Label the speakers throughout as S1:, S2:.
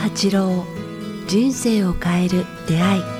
S1: 八郎、人生を変える出会い。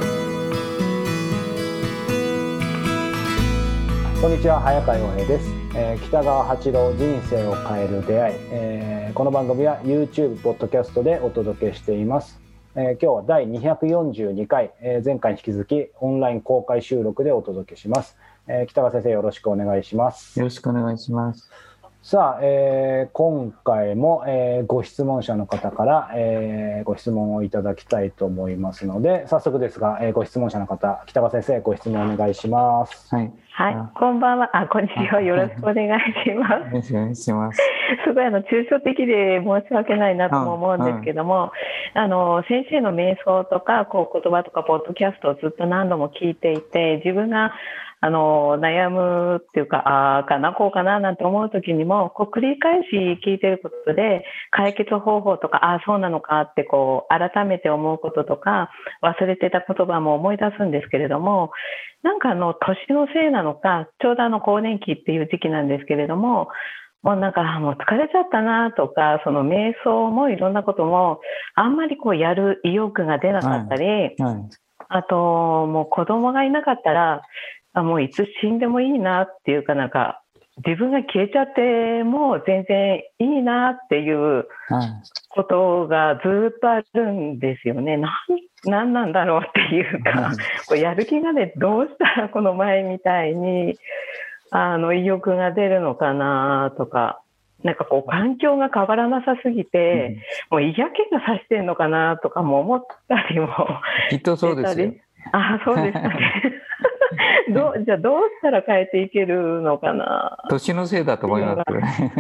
S2: こんにちは、早川洋平です。北川八郎、人生を変える出会い。この番組は YouTube、ポッドキャストでお届けしています。今日は第242回、前回に引き続きオンライン公開収録でお届けします。北川先生、よろしくお願いします。
S3: よろしくお願いします。
S2: さあ、今回も、ご質問者の方から、ご質問をいただきたいと思いますので、早速ですが、ご質問者の方、北川先生、ご質問お願いします。
S4: はい、こんばんは。こんにちは。よろしくお願いします。
S3: よろしくお願いします。
S4: すごい抽象的で申し訳ないなとも思うんですけども、先生の瞑想とか言葉とかポッドキャストをずっと何度も聞いていて、自分が悩むっていうか、こうかななんて思う時にも繰り返し聞いてることで解決方法とか、そうなのかって改めて思うこととか、忘れてた言葉も思い出すんですけれども、なんか年のせいなのか、ちょうど更年期っていう時期なんですけれども、もう疲れちゃったなとか、その瞑想もいろんなこともあんまりやる意欲が出なかったり、あともう子供がいなかったらもういつ死んでもいいなっていうか、自分が消えちゃっても全然いいなっていうことがずっとあるんですよね。なんなんだろうっていうか、やる気がね、どうしたらこの前みたいに意欲が出るのかなとか、環境が変わらなさすぎて、もう嫌気がさしてんのかなとかも思ったりも
S3: きっとそうですよ。
S4: そうですかね。じゃあどうしたら変えていけるのかな。
S3: 年のせいだと思いますけどね。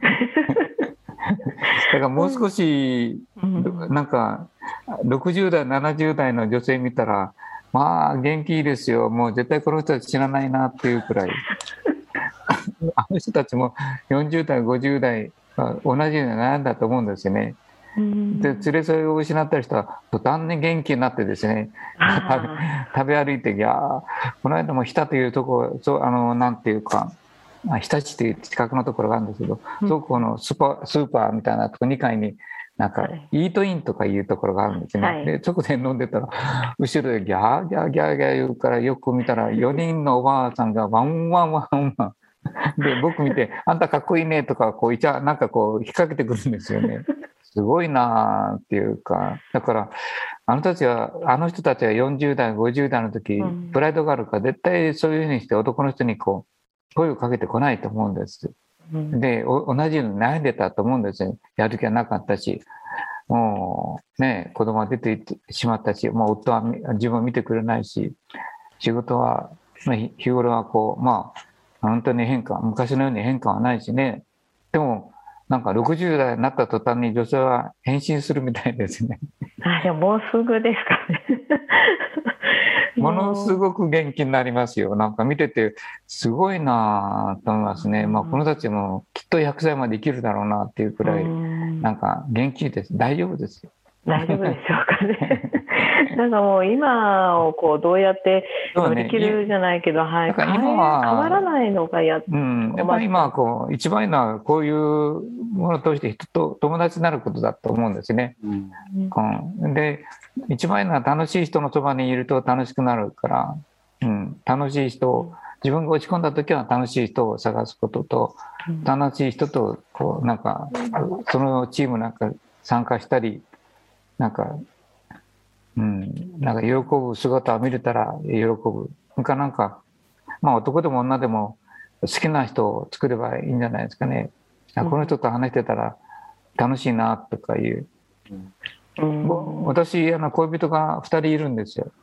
S3: だからもう少し60代70代の女性見たら、元気いいですよ、もう絶対この人たち知らないなっていうくらいあの人たちも40代50代は同じように悩んだと思うんですよね。で、連れ添いを失った人は途端に元気になってですね、食べ歩いて、この間も日田というところ、なんていうか、日立という近くのところがあるんですけど、そこのスーパーみたいなところ2階にイートインとかいうところがあるんですね。でそこで飲んでたら後ろでギャーギャーギャーギャー言うから、よく見たら4人のおばあさんがワンワンワンワンで、僕見て、あんたかっこいいねとか引っ掛けてくるんですよね。すごいなっていうか、だからあの人たちは40代50代の時、プライドがあるから絶対そういうふうにして男の人に声をかけてこないと思うんです。で、同じように悩んでたと思うんですよ。やる気はなかったし、もうね、子供が出ていってしまったし、もう夫は自分を見てくれないし、仕事は日頃は本当に昔のように変化はないしね。でも60代になった途端に女性は変身するみたいですね。
S4: もうすぐですかね。
S3: ものすごく元気になりますよ。見ててすごいなと思いますね。この人たちもきっと100歳まで生きるだろうなっていうくらい元気です。大丈夫ですよ。
S4: 大丈夫でしょうかね。もう今をどうやって乗り切るじゃないけど、今は変わらないのがやっ
S3: ぱり今は一番いいのはこういうものを通して人と友達になることだと思うんですね。で、一番いいのは楽しい人のそばにいると楽しくなるから、楽しい人、自分が落ち込んだ時は楽しい人を探すことと、楽しい人とそのチーム参加したり、喜ぶ姿を見れたら喜ぶ。男でも女でも好きな人を作ればいいんじゃないですかね。この人と話してたら楽しいなとかいう。私恋人が2人いるんですよ。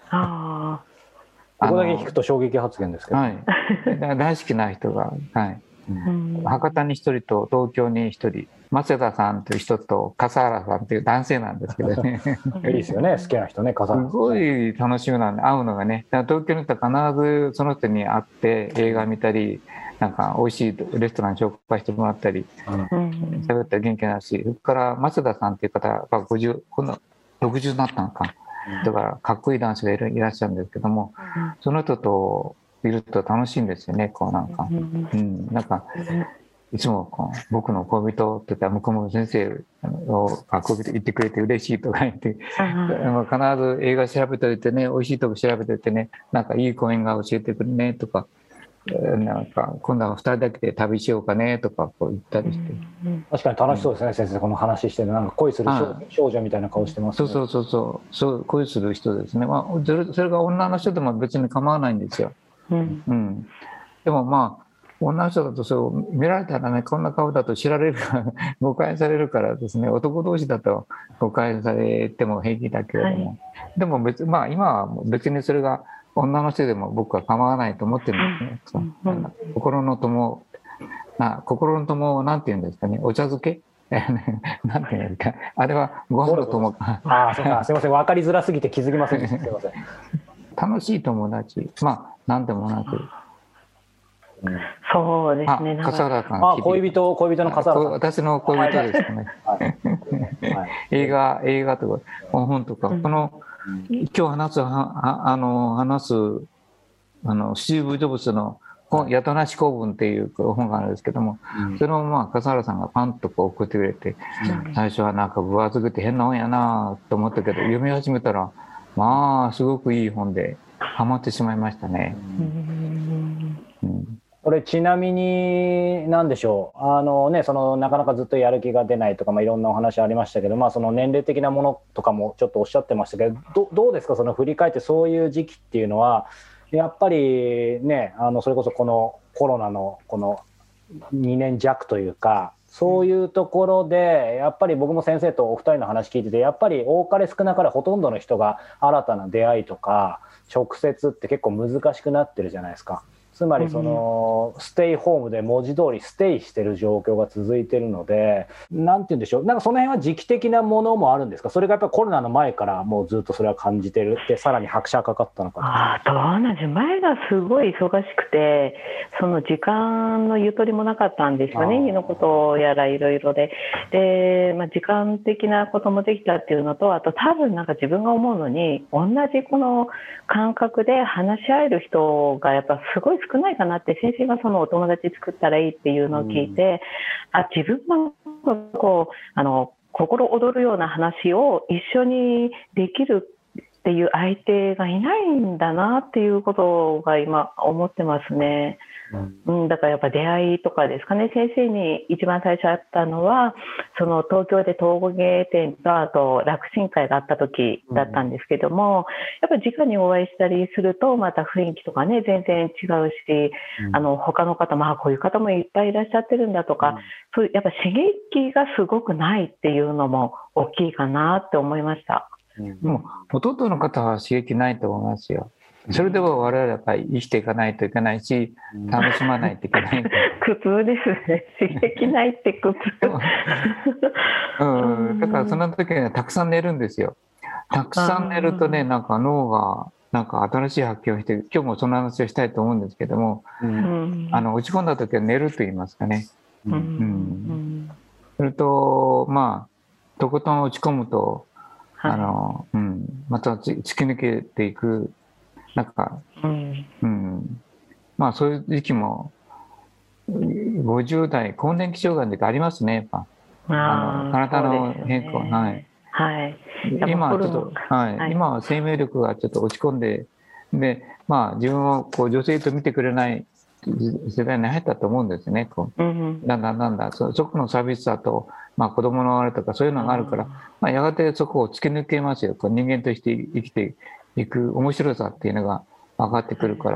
S2: ここだけ聞くと衝撃発言ですけど、
S3: 大好きな人が、博多に1人と東京に1人、松田さんという人と笠原さんという男性なんですけどね。
S2: いいですよね、好きな人ね、笠原さん。
S3: すごい楽しみなんで、会うのがね。東京に行ったら必ずその人に会って映画見たり、美味しいレストラン紹介してもらったり、喋ったら元気になるし、それから松田さんという方が今度60になったのか。だからかっこいい男性がいらっしゃるんですけども、その人といると楽しいんですよね。 いつも僕の恋人って言ったら向こうも先生恋人言ってくれて嬉しいとか言って、必ず映画調べておいてね、美味しいとこ調べておいてね、なんかいい公園が教えてくるねとか、なんか今度は2人だけで旅しようかねとかこう言ったりして、
S2: 確かに楽しそうですね、先生この話してるなんか恋する少女みたいな顔してますね。
S3: そう恋する人ですね。それが女の人でも別に構わないんですよ。でもまあ女の人だとそう見られたらね、こんな顔だと知られるから誤解されるからですね、男同士だと誤解されても平気だけれども、でも今は別にそれが女の人でも僕は構わないと思ってるんですね。心の友をなんて言うんですかね、お茶漬けなんていうんですか、あれはご飯の友か。
S2: そうか、すみません、分かりづらすぎて気づきませんでした。すみません。
S3: 楽しい友達、なんでもなく。
S4: そうですね。
S3: 笠原さん。
S2: 恋人の笠原さん。
S3: 私の恋人ですね。映画とか本とか、この今日話すスティーブ・ジョブズのやとなし公文っていう本があるんですけども、それを笠原さんがパンと送ってくれて、最初はなんか分厚くて変な本やなと思ったけど、読み始めたらすごくいい本でハマってしまいましたね。
S2: これちなみに何でしょう、そのなかなかずっとやる気が出ないとか、いろんなお話ありましたけど、その年齢的なものとかもちょっとおっしゃってましたけど、どうですか、その振り返ってそういう時期っていうのはやっぱりね、それこそこのコロナのこの2年弱というか、そういうところでやっぱり僕も先生とお二人の話聞いてて、やっぱり多かれ少なかれほとんどの人が新たな出会いとか直接って結構難しくなってるじゃないですか。つまりそのステイホームで文字通りステイしてる状況が続いてるので、なんて言うんでしょう、なんかその辺は時期的なものもあるんですか。それがやっぱりコロナの前からもうずっとそれは感じてるってさらに拍車かかったのか。
S4: どうなんでしょう。前がすごい忙しくて、その時間のゆとりもなかったんですよね。家のことやらいろいろで、時間的なこともできたっていうのと、あと多分なんか自分が思うのに、同じこの感覚で話し合える人がやっぱすごい少ないかなって、先生がそのお友達作ったらいいっていうのを聞いて、自分がこう心躍るような話を一緒にできるっていう相手がいないんだなっていうことが今思ってますね。だからやっぱ出会いとかですかね。先生に一番最初あったのは、その東京で陶芸展とあと楽神会があった時だったんですけども、やっぱり直にお会いしたりするとまた雰囲気とかね全然違うし、他の方こういう方もいっぱいいらっしゃってるんだとか、そういうやっぱ刺激がすごくないっていうのも大きいかなって思いました。
S3: もうほとんどの方は刺激ないと思いますよ。それでも我々はやっぱり生きていかないといけないし、楽しまないといけない。
S4: 苦痛ですね。刺激ないって苦痛。
S3: だからその時にはたくさん寝るんですよ。たくさん寝るとね、なんか脳がなんか新しい発見をして、今日もその話をしたいと思うんですけども、落ち込んだ時は寝ると言いますかね。それととことん落ち込むとまた突き抜けていく。なんか、そういう時期も50代更年期障害の時ありますね。やっぱ体の変化、今ちょっと、今は生命力がちょっと落ち込んで、自分をこう女性と見てくれない世代に入ったと思うんですね。だんだんそこの寂しさと、子供のあれとかそういうのがあるから、やがてそこを突き抜けますよ。人間として生きていく面白さっていうのが分かってくるから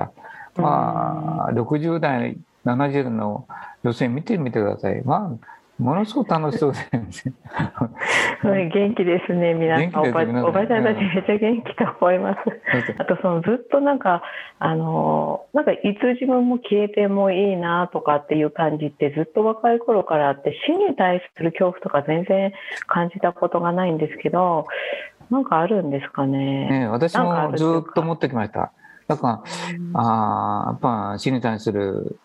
S3: 、60代70代の女性見てみてください。ものすごく楽しそうですね。
S4: 元気ですね、皆さん。おばちゃんたちめっちゃ元気と思います。あとずっとなんかいつ自分も消えてもいいなとかっていう感じってずっと若い頃からあって、死に対する恐怖とか全然感じたことがないんですけど、なんかあるんですかね。
S3: 私もずっと思ってきました。だからやっぱ死に対する、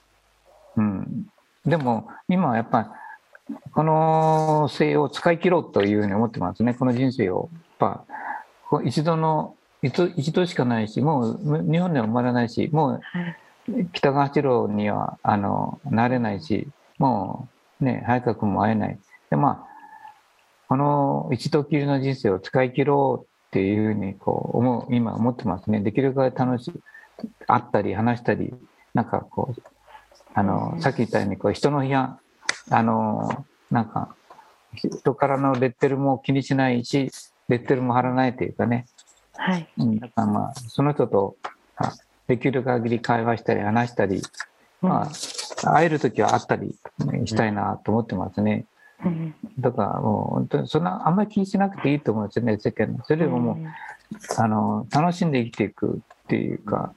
S3: でも今はやっぱりこの生を使い切ろうというふうに思ってますね。この人生をやっぱ一度しかないし、もう日本では生まれないし、もう北川八郎にはなれないし、 もうね早川君も会えないで、この一度きりの人生を使い切ろうっていうふうに今思ってますね。できるだけ楽しい会ったり話したり、なんかさっき言ったように人の批判なんか人からのレッテルも気にしないし、レッテルも貼らないというかね、
S4: はい、
S3: だからその人とできる限り会話したり話したり、会えるときは会ったりしたいなと思ってますね。だからもう本当にそんなあんまり気にしなくていいと思うんですよね、世間の。それよりももう楽しんで生きていくっていうか、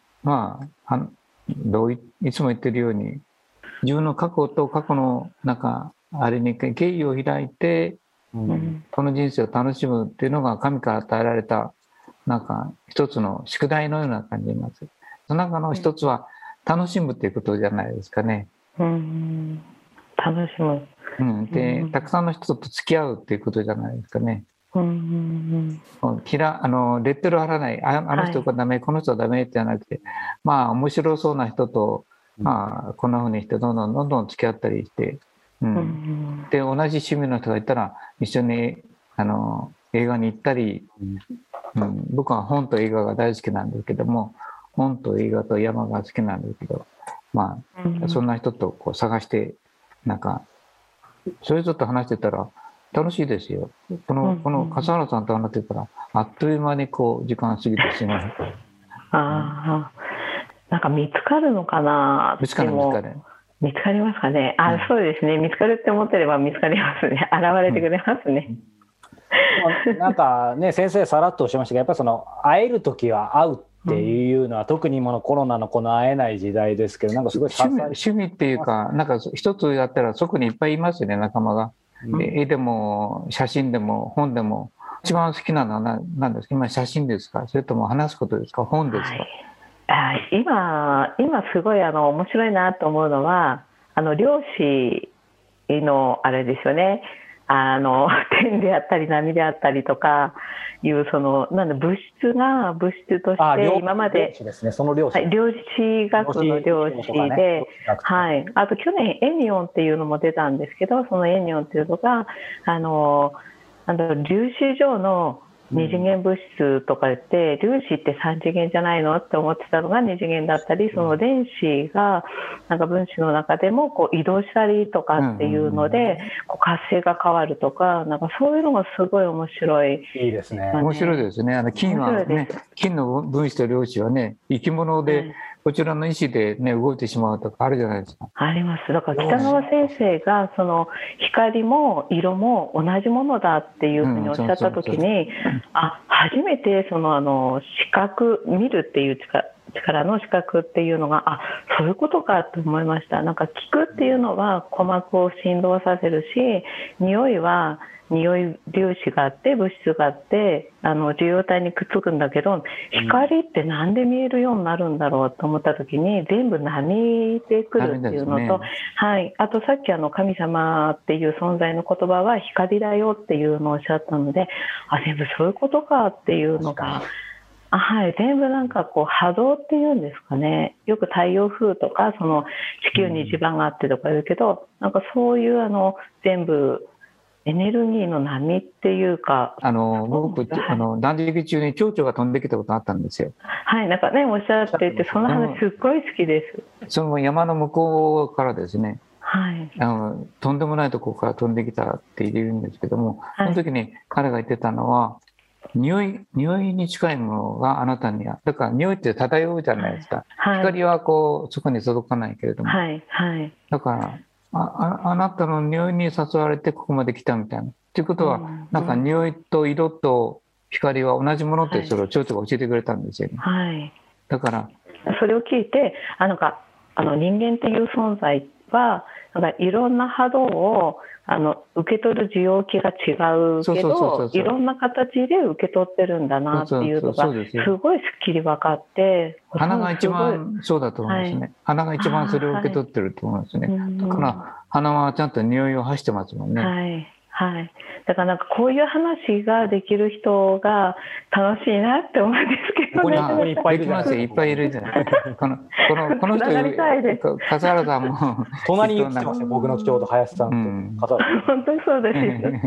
S3: いつも言ってるように自分の過去と過去のあれに敬意を開いて、この人生を楽しむっていうのが神から与えられた一つの宿題のような感じになります。その中の一つは楽しむっていうことじゃないですかね。
S4: 楽しむ。
S3: で、たくさんの人と付き合うっていうことじゃないですかね。レッテル貼らない、あの人がダメ、この人はダメってじゃなくて、面白そうな人と、こんな風にしてどんどん付き合ったりして、で同じ趣味の人がいたら一緒に映画に行ったり、僕は本と映画が大好きなんですけども、本と映画と山が好きなんですけど、そんな人と探して、そういう人と話してたら楽しいですよ。この笠原さんと話してたらあっという間に時間過ぎてしまう。
S4: 見つかるのかな。見つかりますかね。そうですね。見つかるって思ってれば見つかりますね。現れてくれますね。
S2: 先生さらっとおっしゃいましたけど、やっぱり会える時は会うっていうのは、特にコロナの会えない時代ですけど、すごい
S3: 趣味っていうか、一つやったらそこにいっぱいいますよね、仲間が。絵でも写真でも本でも。一番好きなのは何ですか？今写真ですか？それとも話すことですか？本ですか？
S4: 今すごい面白いなと思うのは、漁師のあれですよね。天であったり波であったりとかいう物質が物質として今まで漁師学の漁師で、あと去年エニオンっていうのも出たんですけど、そのエニオンっていうのが粒子上の二次元物質とか言って、粒子って三次元じゃないのって思ってたのが二次元だったり、その電子が分子の中でも移動したりとかっていうので活性が変わるとか、そういうのがすごい面白い。
S2: いいですね。
S3: 面白いですね。金はね、金の分子と量子はね、生き物で、こちらの意思でね動いてしまうとかあるじゃないですか。
S4: あります。だから北川先生がその光も色も同じものだっていうふうにおっしゃった時に、初めてその視覚、見るっていう力の視覚っていうのがそういうことかと思いました。聞くっていうのは鼓膜を振動させるし、匂いは匂い粒子があって物質があって受容体にくっつくんだけど、光ってなんで見えるようになるんだろうと思った時に、全部波でくるっていうのと、あとさっき神様っていう存在の言葉は光だよっていうのをおっしゃったので、全部そういうことかっていうのが、全部波動っていうんですかね。よく太陽風とかその地球に磁場があってとか言うけど、そういう全部エネルギーの波っていうか、
S3: 僕断食中に蝶々が飛んできたことあったんですよ。
S4: おっしゃっていて、その話すっごい好きです。
S3: その山の向こうからですね、とんでもないところから飛んできたって言うんですけども、その時に彼が言ってたのは、匂いに近いものがあなたには、だから匂いって漂うじゃないですか。光はそこに届かないけれども、だからあなたの匂いに誘われてここまで来たみたいな。ということは、匂いと色と光は同じものって、それを蝶々が教えてくれたんですよね。だから
S4: それを聞いて、人間っていう存在はいろんな波動を受け取る受容器が違うけど、いろんな形で受け取ってるんだなっていうのがすごいすっきり分かって、
S3: 鼻が一番そうだと思いますね。鼻が一番それを受け取ってると思いますね。だから鼻はちゃんと匂いを発してますもんね。
S4: はい、だからなんかこういう話ができる人が楽しいなって思うんですけどね。
S2: ここにいっぱいいるじゃないですか。
S3: いっぱいいるじゃない。この人、
S4: つながりたいです。
S3: 笠原さんも
S2: 隣に来てますね、僕のちょうど林さんと笠原さん。
S4: 本当にそうです。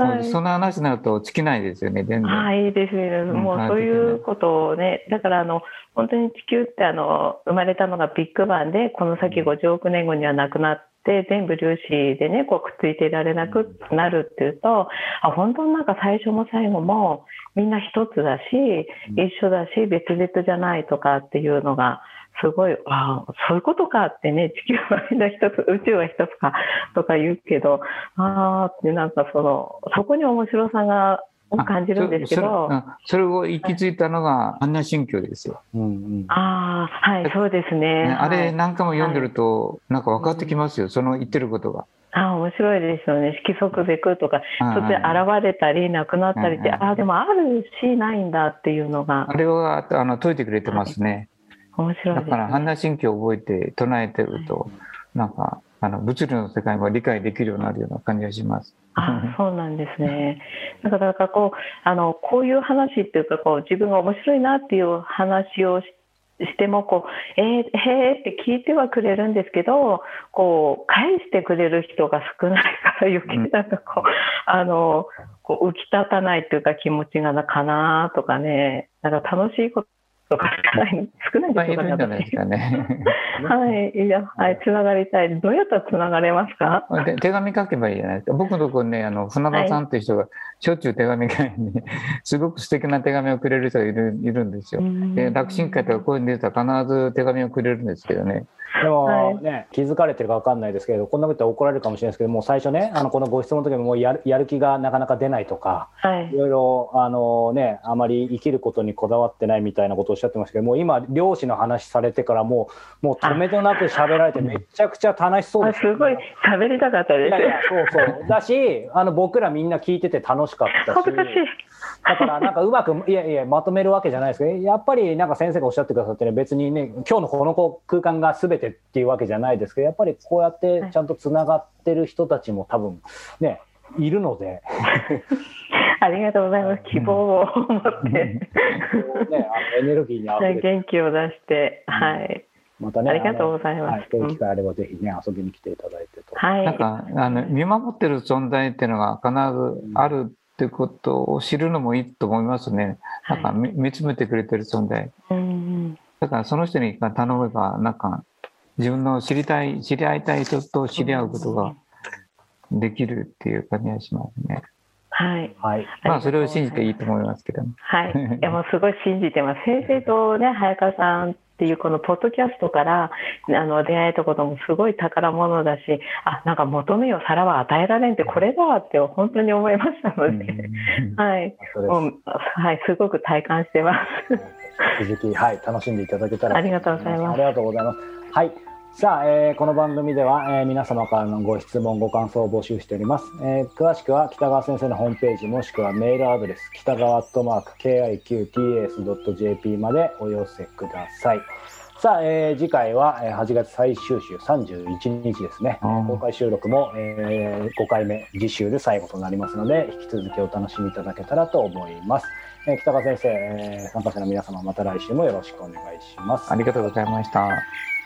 S4: はい、
S3: その話になると尽きないですよね、全然。
S4: はい、いいですね。もうそういうことをね、だから本当に地球って生まれたのがビッグバンで、この先50億年後にはなくなって、全部粒子でね、こうくっついていられなくなるっていうと、本当になんか最初も最後もみんな一つだし、一緒だし、別々じゃないとかっていうのが、すごい、そういうことかってね、地球はみんな一つ、宇宙は一つかとか言うけど、ってなんかそこに面白さがを感じるんですけど、
S3: それを行き着いたのが般若心経ですよ。
S4: はい、そうですね。
S3: あれ何回も読んでるとなんか分かってきますよ、その言ってることが。
S4: 面白いですよね。色即是空とか、そして現れたりなくなったりって、でもあるしないんだっていうのが。
S3: あれは解いてくれてますね。
S4: 面白いですね。
S3: だから般若心経を覚えて唱えてると、なんか物理の世界も理解できるようになるような感じがします。
S4: そうなんですね。だからこういう話っていうか、自分が面白いなっていう話をしてもへーって聞いてはくれるんですけど、返してくれる人が少ないから余計なんか浮き立たないというか気持ちがかなとかね、なんか楽しいこととか少ないですよね。はい、つながりたい。どうやったらつながれますか？
S3: 手紙書けばいいじゃないですか。僕のところね、船場さんっていう人がしょっちゅう手紙書いて、すごく素敵な手紙をくれる人がいるんですよ。で、楽神会とかこういうの出たら必ず手紙をくれるんですけどね。
S2: でもね、気づかれてるか分かんないですけど、こんなことは怒られるかもしれないですけども、最初ね、このご質問の時ももうやる気がなかなか出ないとか、いろいろあまり生きることにこだわってないみたいなことをおっしゃってましたけども、今漁師の話されてからもう止めどなく喋られてめちゃくちゃ楽しそうです。
S4: すごい喋りたかったです。
S2: そうだし、僕らみんな聞いてて楽しかったし。
S4: 恥ずかしい。
S2: だからなんかうまくまとめるわけじゃないですけど、やっぱりなんか先生がおっしゃってくださってね、別にね、今日のこの空間が全てっていうわけじゃないですけど、やっぱりこうやってちゃんとつながってる人たちも多分ねいるので
S4: ありがとうございます。希望を持って
S2: エネルギーにあふれて
S4: 元気を出して、
S2: またね、
S4: ありがとうございます。
S2: こういう機会あればぜひね遊びに来ていただいてと。
S3: なんか見守ってる存在っていうのが必ずあるってことを知るのもいいと思いますね。なんか見つめてくれてる存在。だからその人に頼めばなんか自分の知り合いたい人と知り合うことができるっていう感じがしますね。それを信じていいと思いますけど。
S4: いやもうすごい信じてます。先生とね早川さんっていうこのポッドキャストから出会えたこともすごい宝物だし、なんか求めよ皿は与えられんってこれだって本当に思いましたので、すごく体感してます。
S2: 引き続き楽しんでいただけたら。
S4: ありがとうございます。
S2: ありがとうございます。さあ、この番組では、皆様からのご質問ご感想を募集しております。詳しくは北川先生のホームページもしくはメールアドレス北川@kiqtas.jp までお寄せください。さあ、次回は8月最終週31日ですね。公開収録も、5回目次週で最後となりますので、引き続きお楽しみいただけたらと思います。北川先生、参加者の皆様また来週もよろしくお願いします。
S3: ありがとうございました。